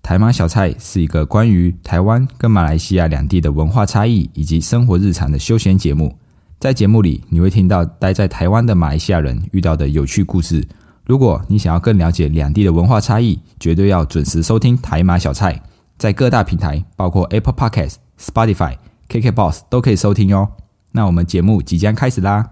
台马小菜是一个关于台湾跟马来西亚两地的文化差异以及生活日常的休闲节目。在节目里，你会听到待在台湾的马来西亚人遇到的有趣故事。如果你想要更了解两地的文化差异，绝对要准时收听台马小菜。在各大平台，包括 Apple Podcast、Spotify、KKBOX 都可以收听哟。那我们节目即将开始啦！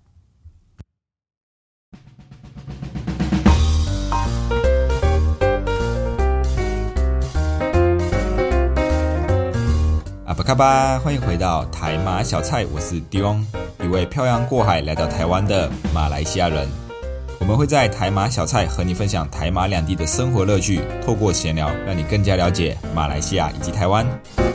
阿巴卡巴，欢迎回到台马小菜，我是 Dion， 一位漂洋过海来到台湾的马来西亚人。我们会在台马小菜和你分享台马两地的生活乐趣，透过闲聊，让你更加了解马来西亚以及台湾。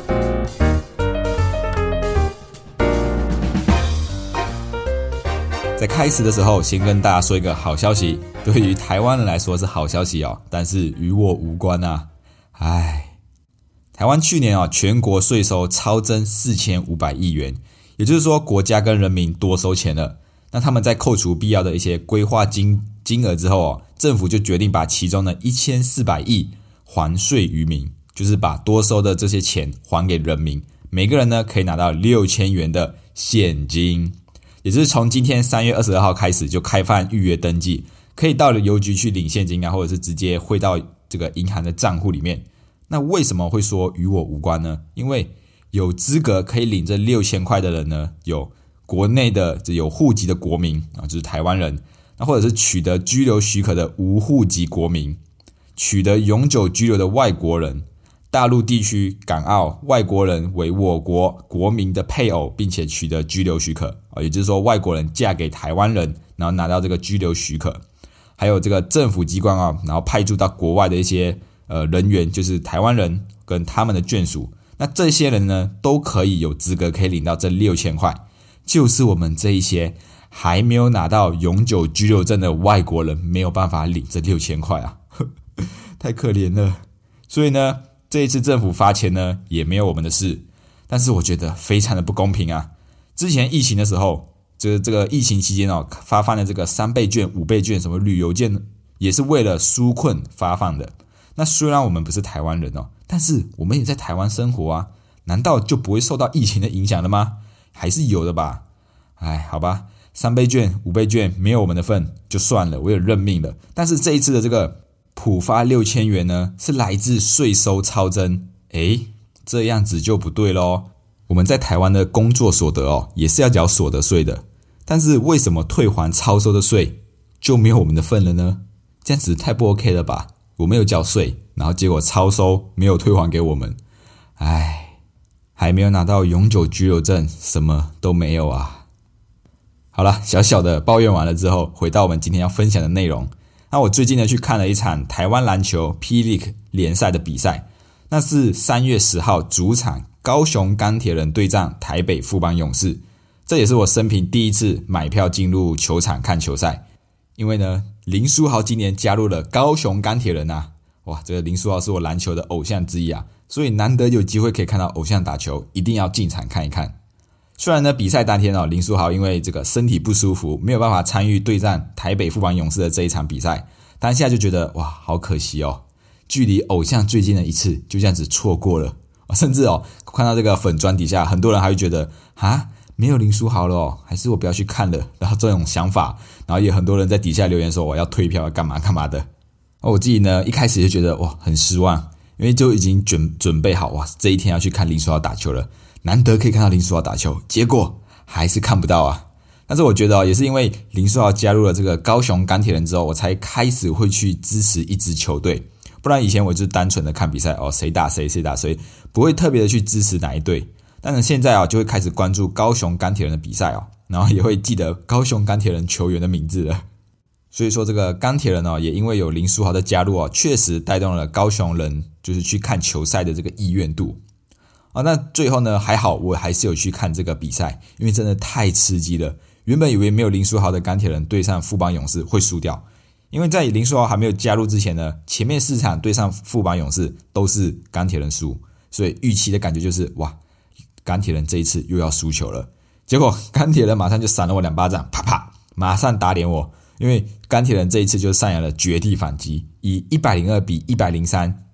在开始的时候，先跟大家说一个好消息，对于台湾人来说是好消息哦，但是与我无关啊。台湾去年全国税收超增4500亿元，也就是说国家跟人民多收钱了。那他们在扣除必要的一些规划金额之后政府就决定把其中的1400亿还税于民，就是把多收的这些钱还给人民，每个人呢可以拿到6000元的现金。也就是从今天3月22号开始就开放预约登记，可以到了邮局去领现金啊，或者是直接汇到这个银行的账户里面。那为什么会说与我无关呢？因为有资格可以领这6000块的人呢，有国内的有户籍的国民就是台湾人，那或者是取得居留许可的无户籍国民，取得永久居留的外国人，大陆地区港澳外国人为我国国民的配偶，并且取得居留许可，也就是说外国人嫁给台湾人，然后拿到这个居留许可，还有这个政府机关然后派驻到国外的一些人员，就是台湾人跟他们的眷属，那这些人呢都可以有资格可以领到这6000块，就是我们这一些还没有拿到永久居留证的外国人没有办法领这6000块啊，太可怜了。所以呢，这一次政府发钱呢也没有我们的事，但是我觉得非常的不公平啊。之前疫情的时候，这个疫情期间发放的这个3倍券、5倍券、什么旅游券，也是为了纾困发放的。那虽然我们不是台湾人但是我们也在台湾生活啊，难道就不会受到疫情的影响了吗？还是有的吧。好吧，3倍券、5倍券没有我们的份就算了，我也认命了。但是这一次的这个普发6000元呢，是来自税收超增，这样子就不对咯。我们在台湾的工作所得也是要缴所得税的，但是为什么退还超收的税就没有我们的份了呢？这样子太不 OK 了吧。我没有缴税，然后结果超收没有退还给我们，还没有拿到永久居留证，什么都没有啊。好了，小小的抱怨完了之后，回到我们今天要分享的内容。那我最近呢去看了一场台湾篮球 P-League 联赛的比赛，那是3月10号主场高雄钢铁人对战台北富邦勇士，这也是我生平第一次买票进入球场看球赛。因为呢，林书豪今年加入了高雄钢铁人啊，哇，这个林书豪是我篮球的偶像之一啊，所以难得有机会可以看到偶像打球，一定要进场看一看。虽然呢，比赛当天林书豪因为这个身体不舒服，没有办法参与对战台北富邦勇士的这一场比赛，当下就觉得哇，好可惜距离偶像最近的一次就这样子错过了。甚至看到这个粉专底下，很多人还会觉得没有林书豪了还是我不要去看了，然后这种想法，然后也很多人在底下留言说我要退票干嘛干嘛的。我自己呢一开始就觉得哇很失望，因为就已经准备好哇这一天要去看林书豪打球了，难得可以看到林书豪打球，结果还是看不到啊。但是我觉得也是因为林书豪加入了这个高雄钢铁人之后，我才开始会去支持一支球队，不然以前我就是单纯的看比赛谁打谁谁打谁，不会特别的去支持哪一队。但是现在就会开始关注高雄钢铁人的比赛然后也会记得高雄钢铁人球员的名字了。所以说这个钢铁人也因为有林书豪的加入确实带动了高雄人就是去看球赛的这个意愿度那最后呢还好我还是有去看这个比赛，因为真的太刺激了。原本以为没有林书豪的钢铁人对上富邦勇士会输掉，因为在林书豪还没有加入之前呢，前面4场对上富邦勇士都是钢铁人输，所以预期的感觉就是哇，钢铁人这一次又要输球了。结果钢铁人马上就闪了我2巴掌，啪啪，马上打脸我。因为钢铁人这一次就上演了绝地反击，以102比103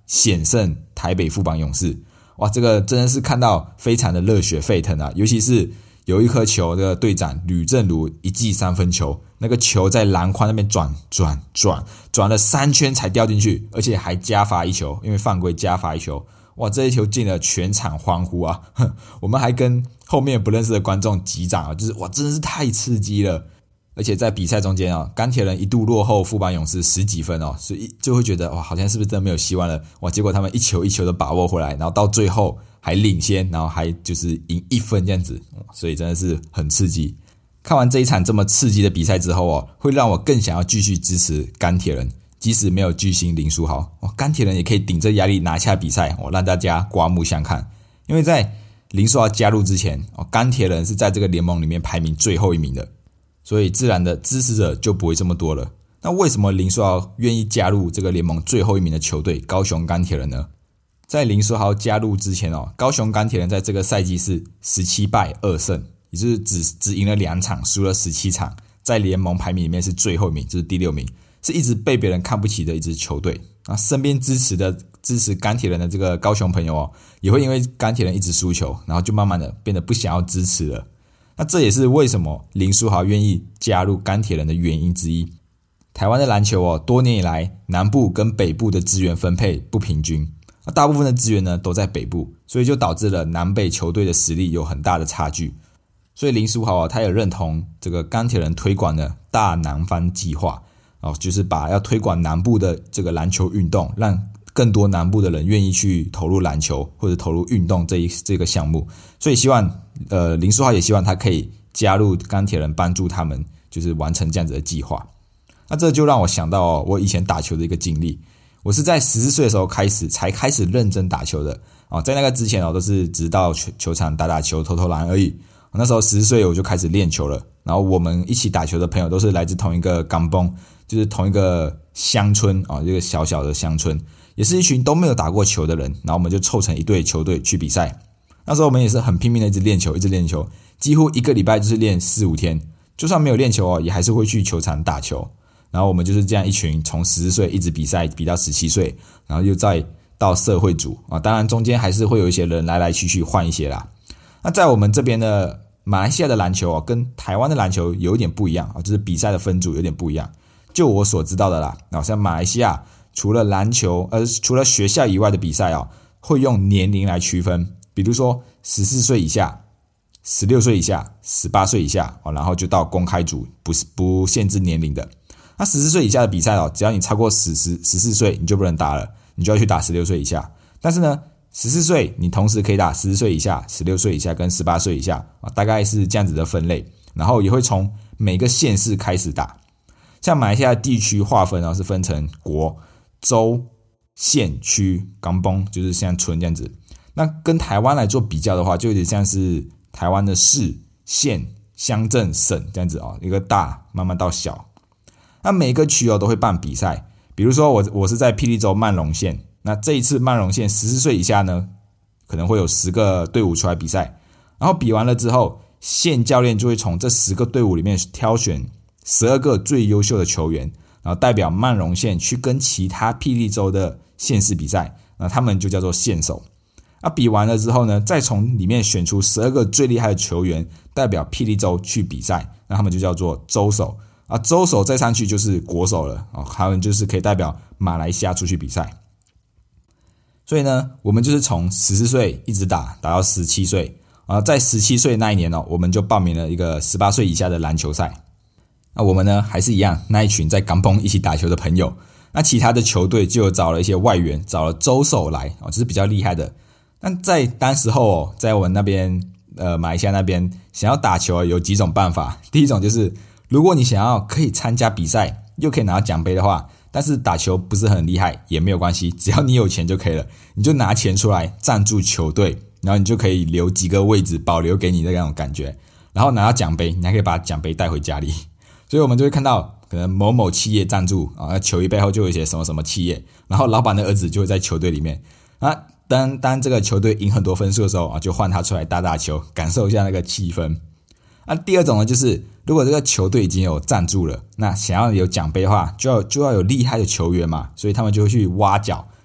险胜台北富邦勇士。哇，这个真的是看到非常的热血沸腾啊！尤其是有一颗球，这个队长吕正如一记3分球，那个球在篮筐那边转了3圈才掉进去，而且还加罚一球，因为犯规加罚一球。哇，这一球进了，全场欢呼啊！我们还跟后面不认识的观众击掌啊，就是哇，真的是太刺激了。而且在比赛中间啊，钢铁人一度落后富邦勇士10几分哦，所以就会觉得哇，好像是不是真的没有希望了？哇，结果他们一球一球的把握回来，然后到最后还领先，然后还就是赢1分这样子，所以真的是很刺激。看完这一场这么刺激的比赛之后哦，会让我更想要继续支持钢铁人，即使没有巨星林书豪，钢铁人也可以顶着压力拿下比赛，让大家刮目相看。因为在林书豪加入之前，钢铁人是在这个联盟里面排名最后一名的。所以自然的支持者就不会这么多了。那为什么林书豪愿意加入这个联盟最后一名的球队高雄钢铁人呢？在林书豪加入之前高雄钢铁人在这个赛季是17败2胜，也就是只赢了2场，输了17场，在联盟排名里面是最后一名，就是第6名，是一直被别人看不起的一支球队。那身边支持钢铁人的这个高雄朋友也会因为钢铁人一直输球，然后就慢慢的变得不想要支持了。那这也是为什么林书豪愿意加入钢铁人的原因之一。台湾的篮球多年以来南部跟北部的资源分配不平均，大部分的资源呢都在北部，所以就导致了南北球队的实力有很大的差距。所以林书豪他也认同这个钢铁人推广的大南方计划，就是把要推广南部的这个篮球运动，让更多南部的人愿意去投入篮球或者投入运动这个项目。所以希望林书豪也希望他可以加入钢铁人，帮助他们就是完成这样子的计划。那这就让我想到我以前打球的一个经历。我是在14岁的时候才开始认真打球的在那个之前都是只到球场打打球投投篮而已。那时候14岁我就开始练球了，然后我们一起打球的朋友都是来自同一个港崩，就是同一个乡村这个小小的乡村，也是一群都没有打过球的人，然后我们就凑成一队球队去比赛。那时候我们也是很拼命的一直练球，几乎一个礼拜就是练4-5天，就算没有练球也还是会去球场打球。然后我们就是这样一群从14岁一直比赛比到17岁，然后又再到社会组当然中间还是会有一些人来来去去换一些啦。那在我们这边的马来西亚的篮球跟台湾的篮球有一点不一样就是比赛的分组有点不一样。就我所知道的啦，像马来西亚除了篮球除了学校以外的比赛会用年龄来区分，比如说14岁以下、16岁以下、18岁以下然后就到公开组，不限制年龄的。那14岁以下的比赛只要你超过14岁你就不能打了，你就要去打16岁以下。但是呢14岁你同时可以打14岁以下、16岁以下跟18岁以下大概是这样子的分类。然后也会从每个县市开始打。像马来西亚地区划分是分成国、州、县、区、港崩，就是像村这样子。那跟台湾来做比较的话，就有点像是台湾的市、县、乡镇、省这样子一个大慢慢到小。那每个区都会办比赛，比如说我是在霹雳州曼荣县，那这一次曼荣县14岁以下呢，可能会有10个队伍出来比赛，然后比完了之后，县教练就会从这10个队伍里面挑选12个最优秀的球员，然后代表曼荣县去跟其他霹雳州的县市比赛，那他们就叫做县手。比完了之后呢，再从里面选出12个最厉害的球员，代表霹雳州去比赛，那他们就叫做州手。州手再上去就是国手了他们就是可以代表马来西亚出去比赛。所以呢，我们就是从14岁一直打到17岁在17岁那一年我们就报名了一个18岁以下的篮球赛。那我们呢还是一样，那一群在港崩一起打球的朋友，那其他的球队就有找了一些外援，找了州手来就是比较厉害的。那在当时候在我们那边马来西亚那边想要打球有几种办法。第一种就是如果你想要可以参加比赛又可以拿到奖杯的话，但是打球不是很厉害也没有关系，只要你有钱就可以了，你就拿钱出来赞助球队，然后你就可以留几个位置保留给你的那种感觉，然后拿到奖杯你还可以把奖杯带回家里。所以我们就会看到可能某某企业赞助球衣背后就有一些什么什么企业，然后老板的儿子就会在球队里面当这个球队赢很多分数的时候就换他出来打打球，感受一下那个气氛。第二种呢，就是如果这个球队已经有赞助了，那想要有奖杯的话就要有厉害的球员嘛，所以他们就会去挖角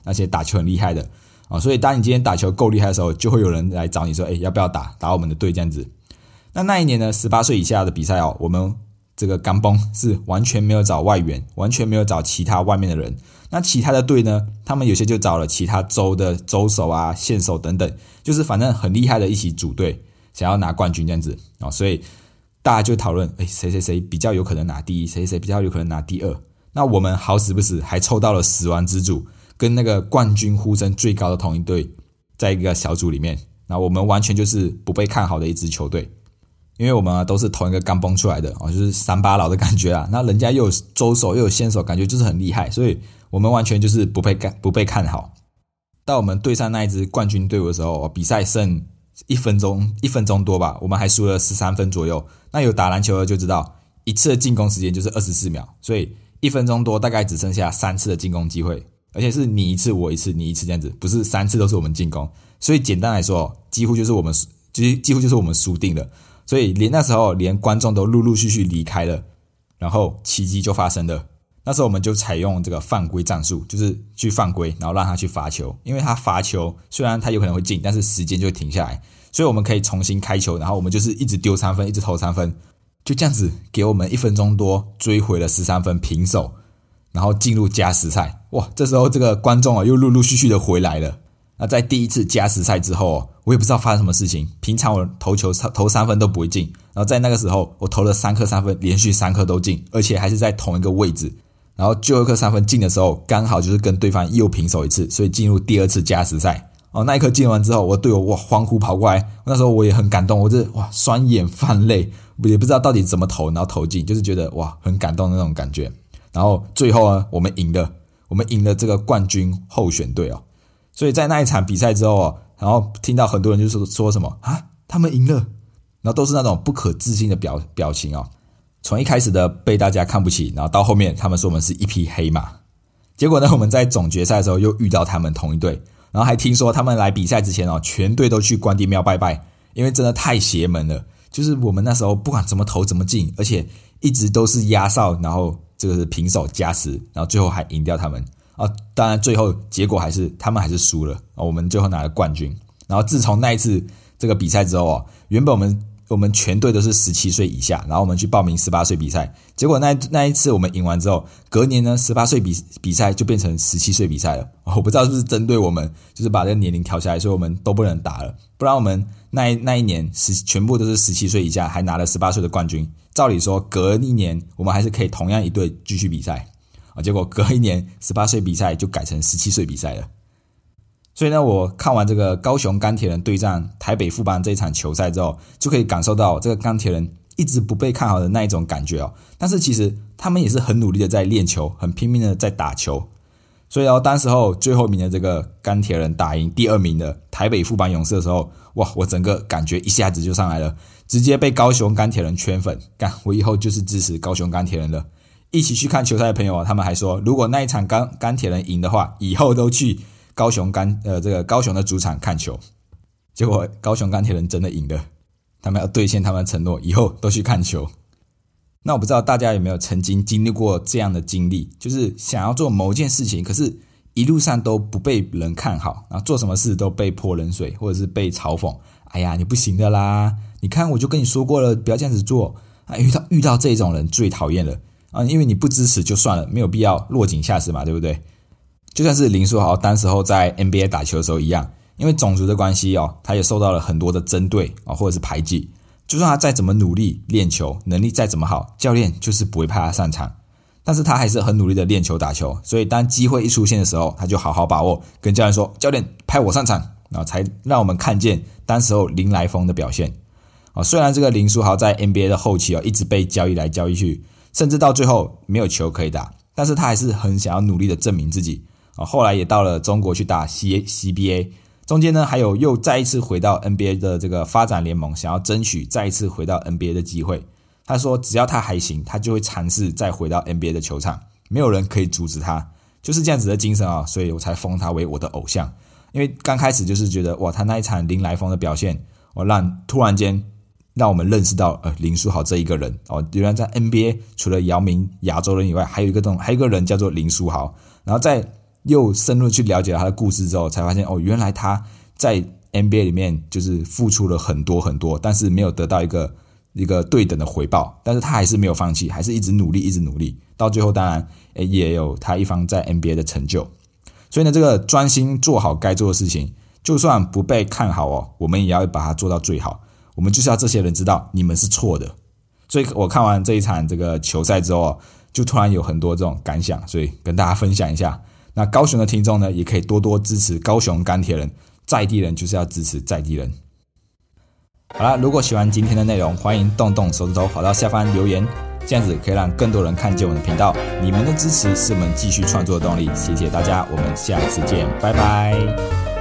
那些打球很厉害的所以当你今天打球够厉害的时候，就会有人来找你说要不要打我们的队这样子。那一年呢18岁以下的比赛我们这个钢崩是完全没有找外援，完全没有找其他外面的人。那其他的队呢，他们有些就找了其他州的州手啊、县手等等，就是反正很厉害的一起组队，想要拿冠军这样子所以大家就讨论谁谁谁比较有可能拿第一，谁谁比较有可能拿第二。那我们好死不死还抽到了死亡之组，跟那个冠军呼声最高的同一队在一个小组里面。那我们完全就是不被看好的一支球队，因为我们都是同一个钢崩出来的就是三八佬的感觉啦。那人家又有州手又有县手，感觉就是很厉害，所以我们完全就是不被看好。到我们对上那一支冠军队伍的时候，比赛剩1分钟多吧，我们还输了13分左右。那有打篮球的就知道，一次的进攻时间就是24秒，所以1分钟多大概只剩下3次的进攻机会，而且是你一次我一次你一次这样子，不是3次都是我们进攻。所以简单来说，几乎就是我们输定了。所以那时候连观众都陆陆续续离开了，然后奇迹就发生了。那时候我们就采用这个犯规战术，就是去犯规，然后让他去罚球。因为他罚球虽然他有可能会进，但是时间就会停下来，所以我们可以重新开球，然后我们就是一直丢3分，一直投3分，就这样子给我们1分钟多追回了13分平手，然后进入加时赛。哇，这时候这个观众又陆陆续续的回来了。那在第一次加时赛之后我也不知道发生什么事情，平常我投3分都不会进，然后在那个时候我投了3颗3分，连续3颗都进，而且还是在同一个位置。然后最后一颗3分进的时候，刚好就是跟对方又平手一次，所以进入第二次加时赛。那一颗进完之后，我队友欢呼跑过来，那时候我也很感动，我这双眼泛泪，也不知道到底怎么投，然后投进，就是觉得很感动的那种感觉。然后最后呢，我们赢了这个冠军候选队所以在那一场比赛之后然后听到很多人就说什么他们赢了，然后都是那种不可置信的表情从一开始的被大家看不起，然后到后面他们说我们是一匹黑马。结果呢，我们在总决赛的时候又遇到他们同一队，然后还听说他们来比赛之前全队都去关帝庙拜拜，因为真的太邪门了。就是我们那时候不管怎么投怎么进，而且一直都是压哨，然后这个是平手加时，然后最后还赢掉他们当然最后结果他们还是输了我们最后拿了冠军。然后自从那一次这个比赛之后原本我们全队都是17岁以下，然后我们去报名18岁比赛，结果那一次我们赢完之后，隔年呢18岁比赛就变成17岁比赛了。我不知道是不是针对我们，就是把这个年龄调下来，所以我们都不能打了。不然我们那一年全部都是17岁以下，还拿了18岁的冠军。照理说隔一年我们还是可以同样一队继续比赛结果隔一年18岁比赛就改成17岁比赛了。所以呢，我看完这个高雄钢铁人对战台北富邦这一场球赛之后，就可以感受到这个钢铁人一直不被看好的那一种感觉但是其实他们也是很努力的在练球，很拼命的在打球。所以当时候最后一名的这个钢铁人打赢第2名的台北富邦勇士的时候，我整个感觉一下子就上来了，直接被高雄钢铁人圈粉，我以后就是支持高雄钢铁人了。一起去看球赛的朋友他们还说，如果那一场钢铁人赢的话，以后都去高雄的主场看球。结果高雄钢铁人真的赢了，他们要兑现他们的承诺，以后都去看球。那我不知道大家有没有曾经经历过这样的经历，就是想要做某件事情，可是一路上都不被人看好，然后做什么事都被泼冷水，或者是被嘲讽。哎呀，你不行的啦，你看我就跟你说过了，不要这样子做遇到这种人最讨厌了因为你不支持就算了，没有必要落井下石嘛，对不对？就像是林书豪当时候在 NBA 打球的时候一样，因为种族的关系他也受到了很多的针对或者是排挤。就算他再怎么努力练球，能力再怎么好，教练就是不会派他上场。但是他还是很努力的练球打球，所以当机会一出现的时候，他就好好把握，跟教练说：“教练，派我上场。”然后才让我们看见当时候林来疯的表现。虽然这个林书豪在 NBA 的后期一直被交易来交易去，甚至到最后没有球可以打，但是他还是很想要努力的证明自己。后来也到了中国去打 CBA， 中间呢还有又再一次回到 NBA 的这个发展联盟，想要争取再一次回到 NBA 的机会。他说只要他还行，他就会尝试再回到 NBA 的球场，没有人可以阻止他，就是这样子的精神所以我才封他为我的偶像。因为刚开始就是觉得他那一场林来疯的表现突然间让我们认识到林书豪这一个人原来在 NBA 除了姚明亚洲人以外，还有一个人叫做林书豪。然后在又深入去了解他的故事之后，才发现原来他在 NBA 里面就是付出了很多很多，但是没有得到一个对等的回报，但是他还是没有放弃，还是一直努力，到最后当然也有他一方在 NBA 的成就。所以呢，这个专心做好该做的事情，就算不被看好我们也要把它做到最好。我们就是要这些人知道你们是错的。所以我看完这一场这个球赛之后，就突然有很多这种感想，所以跟大家分享一下。那高雄的听众呢，也可以多多支持高雄钢铁人，在地人就是要支持在地人。好啦，如果喜欢今天的内容，欢迎动动手指头跑到下方留言，这样子可以让更多人看见我们的频道。你们的支持是我们继续创作的动力，谢谢大家，我们下次见，拜拜。